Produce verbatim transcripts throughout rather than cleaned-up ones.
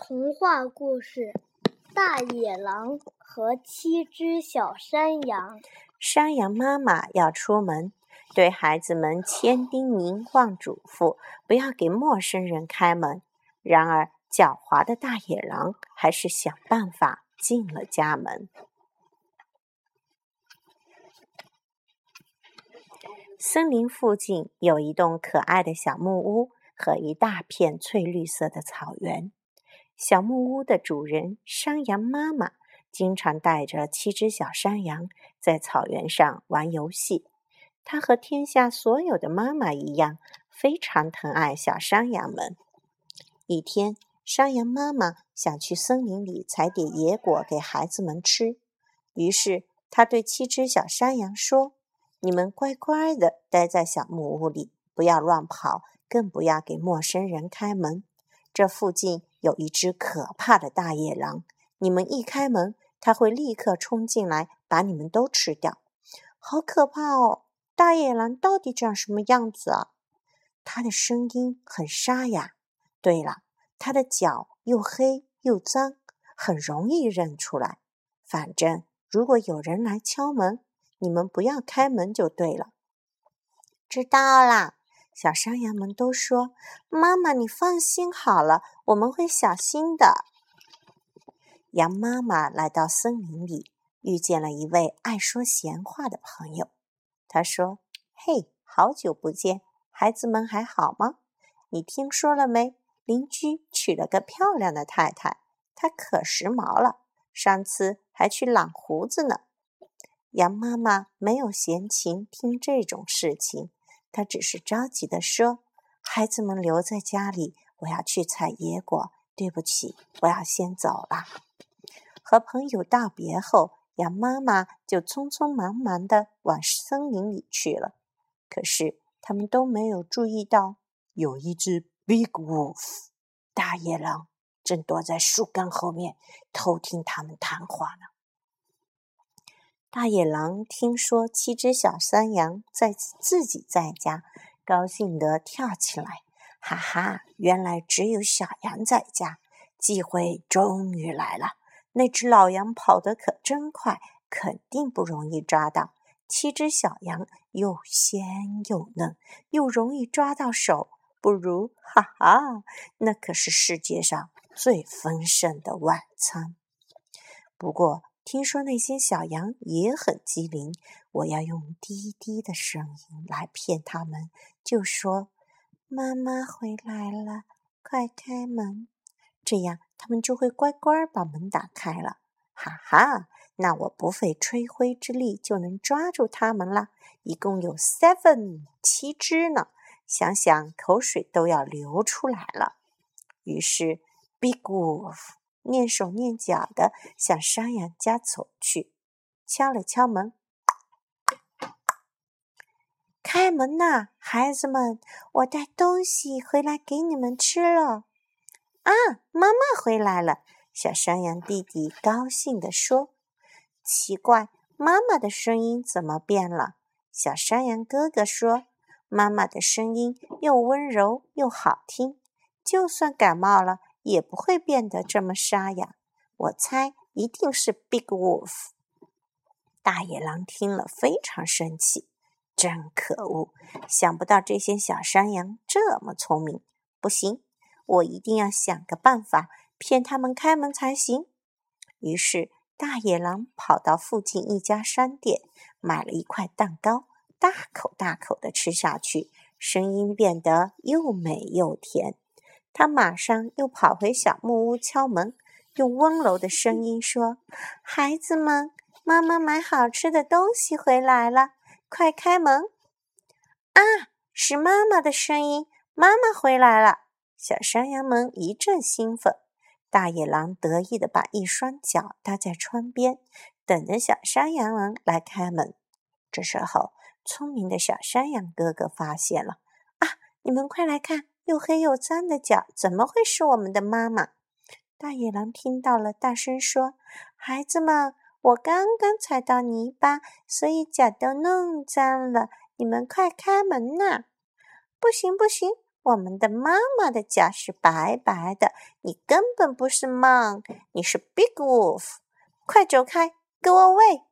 童话故事：大野狼和七只小山羊。 山羊妈妈要出门，对孩子们千叮咛万嘱咐，不要给陌生人开门。然而，狡猾的大野狼还是想办法进了家门。森林附近有一栋可爱的小木屋和一大片翠绿色的草原。小木屋的主人山羊妈妈经常带着七只小山羊在草原上玩游戏。她和天下所有的妈妈一样，非常疼爱小山羊们。一天，山羊妈妈想去森林里采点野果给孩子们吃，于是她对七只小山羊说：“你们乖乖地待在小木屋里，不要乱跑，更不要给陌生人开门。这附近有一只可怕的大野狼，你们一开门，它会立刻冲进来，把你们都吃掉。”好可怕哦！大野狼到底长什么样子啊？它的声音很沙哑。对了，它的脚又黑又脏，很容易认出来。反正如果有人来敲门，你们不要开门就对了。知道啦，小山羊们都说：“妈妈，你放心好了，我们会小心的。”羊妈妈来到森林里，遇见了一位爱说闲话的朋友。她说：“嘿，好久不见，孩子们还好吗？你听说了没？邻居娶了个漂亮的太太，她可时髦了，上次还去朗胡子呢。”羊妈妈没有闲情听这种事情，她只是着急地说：“孩子们留在家里，我要去采野果，对不起，我要先走了。”和朋友道别后，羊妈妈就匆匆忙忙地往森林里去了。可是他们都没有注意到，有一只 Big Wolf 大野狼正躲在树干后面偷听他们谈话呢。大野狼听说七只小山羊在自己在家，高兴地跳起来，哈哈，原来只有小羊在家，机会终于来了。那只老羊跑得可真快，肯定不容易抓到。七只小羊又鲜又嫩，又容易抓到手，不如，哈哈，那可是世界上最丰盛的晚餐。不过，听说那些小羊也很机灵，我要用低低的声音来骗他们，就说：“妈妈回来了，快开门。”这样他们就会乖乖把门打开了。哈哈，那我不费吹灰之力就能抓住他们了，一共有 seven 七只呢，想想口水都要流出来了。于是 Big Wolf 蹑手蹑脚地向山羊家走去，敲了敲门：“开门呐，孩子们，我带东西回来给你们吃了。”啊，妈妈回来了！小山羊弟弟高兴地说。奇怪，妈妈的声音怎么变了？小山羊哥哥说，妈妈的声音又温柔又好听，就算感冒了也不会变得这么沙哑。我猜一定是 Big Wolf。 大野狼听了非常生气，真可恶，想不到这些小山羊这么聪明。不行，我一定要想个办法骗他们开门才行。于是大野狼跑到附近一家商店，买了一块蛋糕，大口大口地吃下去，声音变得又美又甜。他马上又跑回小木屋敲门，用温柔的声音说：“孩子们，妈妈买好吃的东西回来了，快开门！”啊，是妈妈的声音，妈妈回来了！小山羊们一阵兴奋，大野狼得意地把一双脚搭在窗边，等着小山羊们来开门。这时候，聪明的小山羊哥哥发现了，啊，你们快来看，又黑又脏的脚，怎么会是我们的妈妈？大野狼听到了，大声说：“孩子们，我刚刚踩到泥巴，所以脚都弄脏了，你们快开门呐！”不行不行， 我们的妈妈的脚是白白的，你根本不是 Mom， 你是 Big Wolf， 快走开 ，Go away，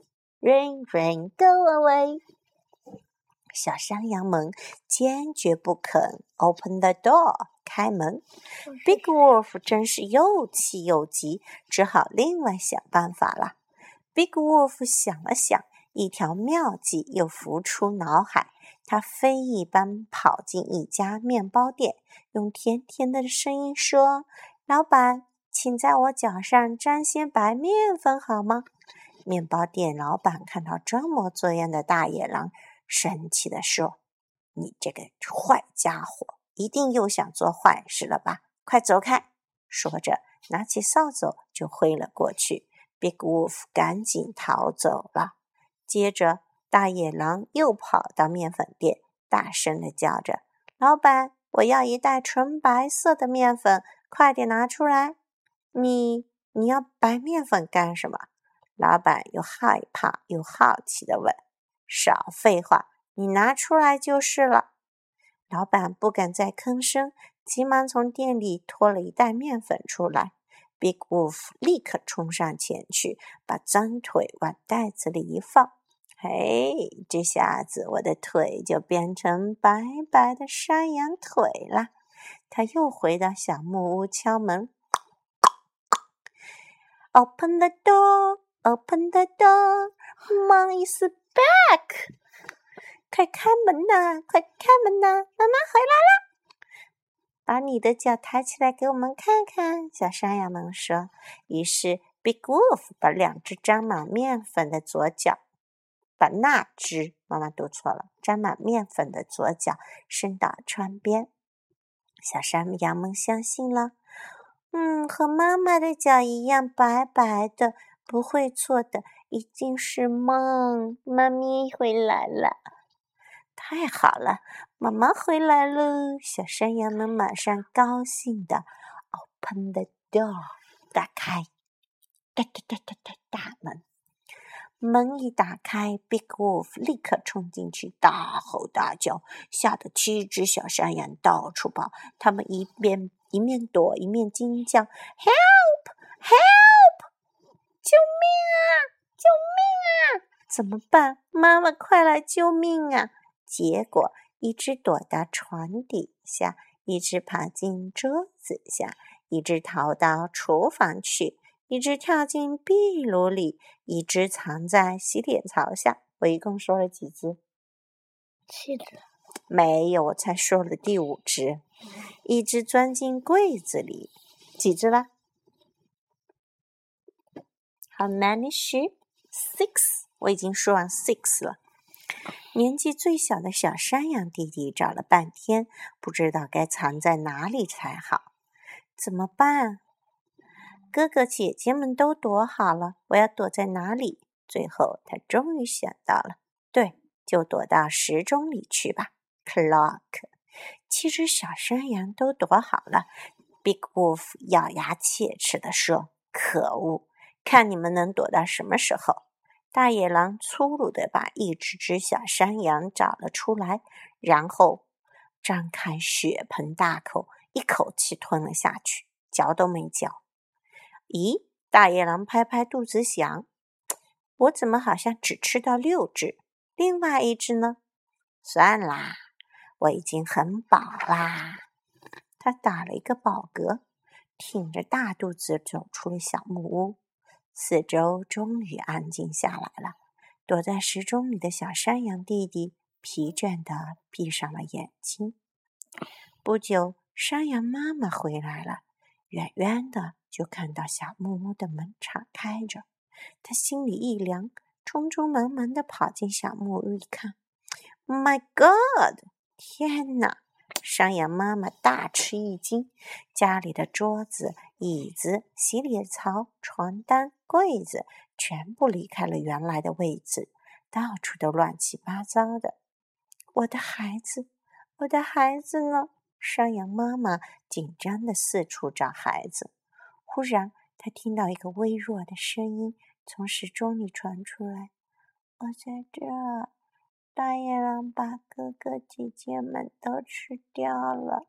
Rain Rain Go away。小山羊们坚决不肯 open the door， 开门。Big Wolf 真是又气又急，只好另外想办法了。Big Wolf 想了想，一条妙计又浮出脑海。他飞一般跑进一家面包店，用甜甜的声音说：“老板，请在我脚上沾些白面粉好吗？”面包店老板看到装模作样的大野狼，生气地说：“你这个坏家伙，一定又想做坏事了吧？快走开！”说着，拿起扫帚就挥了过去。Big Wolf 赶紧逃走了。接着，大野狼又跑到面粉店，大声地叫着：“老板，我要一袋纯白色的面粉，快点拿出来！”你你要白面粉干什么？老板又害怕又好奇地问。少废话，你拿出来就是了。老板不敢再吭声，急忙从店里拖了一袋面粉出来。Big Wolf 立刻冲上前去，把脏腿往袋子里一放。嘿，这下子我的腿就变成白白的山羊腿了。他又回到小木屋敲门。Open the door, open the door, Mom is back. 快开门呐，快开门呐，妈妈回来了。把你的脚抬起来给我们看看，小山羊们说。于是 Big Wolf 把两只沾满面粉的左脚，把那只，妈妈读错了，沾满面粉的左脚伸到窗边。小山羊们相信了，嗯，和妈妈的脚一样白白的，不会错的，一定是梦，妈咪回来了。太好了，妈妈回来了！小山羊们马上高兴的 open the door， 打开，哒哒哒哒哒大门。门一打开 ，Big Wolf 立刻冲进去，大吼大叫，吓得七只小山羊到处跑。他们一边一面躲，一面惊叫 ：“Help! Help! 救命啊！救命啊！怎么办？妈妈，快来救命啊！”结果，一只躲到床底下，一只爬进桌子下，一只逃到厨房去，一只跳进壁炉里，一只藏在洗脸槽下。我一共说了几只？ 七只。 没有，我才说了第五只。一只钻进柜子里，几只了 ？How many sheep? Six。我已经说完 six 了。年纪最小的小山羊弟弟找了半天，不知道该藏在哪里才好。怎么办？哥哥姐姐们都躲好了，我要躲在哪里？最后他终于想到了，对，就躲到时钟里去吧。Clock。七只小山羊都躲好了。Big Wolf 咬牙切齿地说：“可恶，看你们能躲到什么时候！”大野狼粗鲁地把一只只小山羊找了出来，然后张开血盆大口，一口气吞了下去，嚼都没嚼。咦，大野狼拍拍肚子想，我怎么好像只吃到六只？另外一只呢？算啦，我已经很饱啦。他打了一个饱嗝，挺着大肚子走出了小木屋。四周终于安静下来了。躲在时钟里的小山羊弟弟疲倦地闭上了眼睛。不久，山羊妈妈回来了，远远的就看到小木屋的门敞开着。他心里一凉，匆匆忙忙地跑进小木屋一看 ，My God！ 天哪！山羊妈妈大吃一惊，家里的桌子、椅子、洗脸槽、床单、柜子全部离开了原来的位置，到处都乱七八糟的。我的孩子，我的孩子呢？山羊妈妈紧张地四处找孩子。忽然，她听到一个微弱的声音从时钟里传出来：“我在这儿， 大野狼把哥哥姐姐们都吃掉了。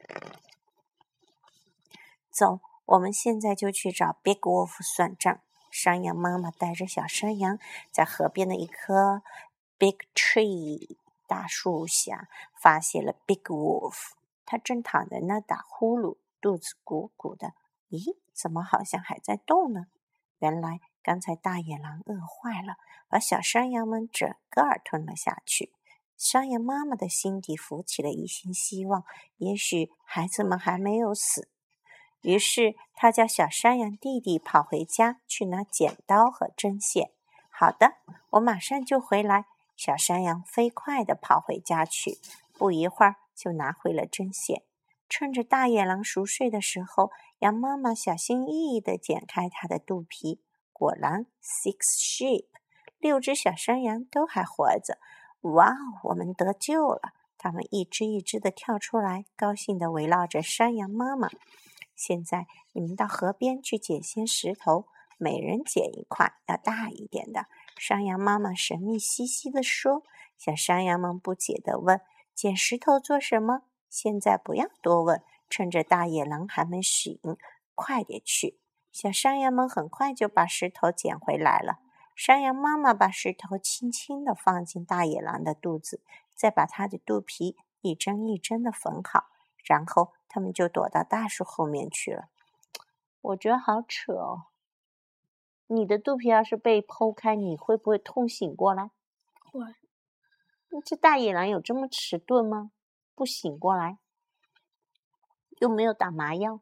走，我们现在就去找 Big Wolf 算账。山羊妈妈带着小山羊在河边的一棵 Big Tree 大树下发现了 Big Wolf， 他正躺在那打呼噜，肚子鼓鼓的。咦，怎么好像还在动呢？原来刚才大野狼饿坏了，把小山羊们整个儿吞了下去。山羊妈妈的心底浮起了一线希望，也许孩子们还没有死。于是他叫小山羊弟弟跑回家去拿剪刀和针线。好的，我马上就回来。小山羊飞快地跑回家去，不一会儿就拿回了针线。趁着大野狼熟睡的时候，羊妈妈小心翼翼地剪开它的肚皮。果然 ，six sheep， 六只小山羊都还活着。哇，我们得救了！它们一只一只地跳出来，高兴地围绕着山羊妈妈。现在你们到河边去捡些石头，每人捡一块，要大一点的。山羊妈妈神秘兮兮地说。小山羊们不解地问：捡石头做什么？现在不要多问，趁着大野狼还没醒，快点去。小山羊们很快就把石头捡回来了。山羊妈妈把石头轻轻地放进大野狼的肚子，再把它的肚皮一针一针地缝好，然后他们就躲到大树后面去了。我觉得好扯哦。你的肚皮要是被剖开，你会不会痛醒过来？ 会。 这大野狼有这么迟钝吗？不醒过来，又没有打麻药。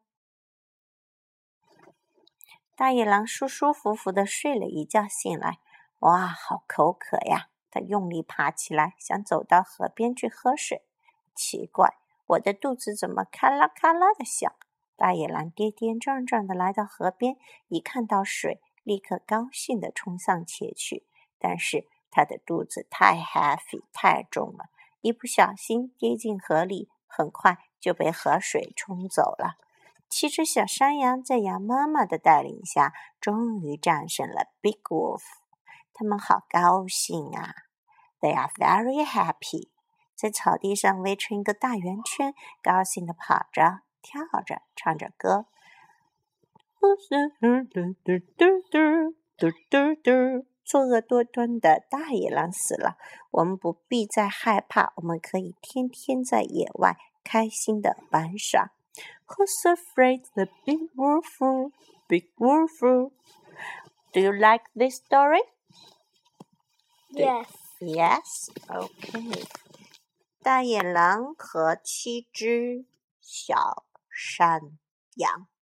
大野狼舒舒服服地睡了一觉，醒来，哇，好口渴呀！他用力爬起来，想走到河边去喝水。奇怪，我的肚子怎么咔啦咔啦的响？大野狼跌跌撞撞地来到河边，一看到水，立刻高兴地冲上前去。但是他的肚子太 heavy 太重了，一不小心跌进河里，很快就被河水冲走了。七只小山羊在羊妈妈的带领下，终于战胜了 Big Wolf。他们好高兴啊 ！They are very happy。在草地上围成一个大圆圈，高兴地跑着、跳着、唱着歌。作恶多端的大野狼死了，我们不必再害怕，我们可以天天在野外开心地玩耍。Who's afraid the big wolf? Big wolf. Do you like this story? Yes. Yes. Okay. 大野狼和七只小山羊。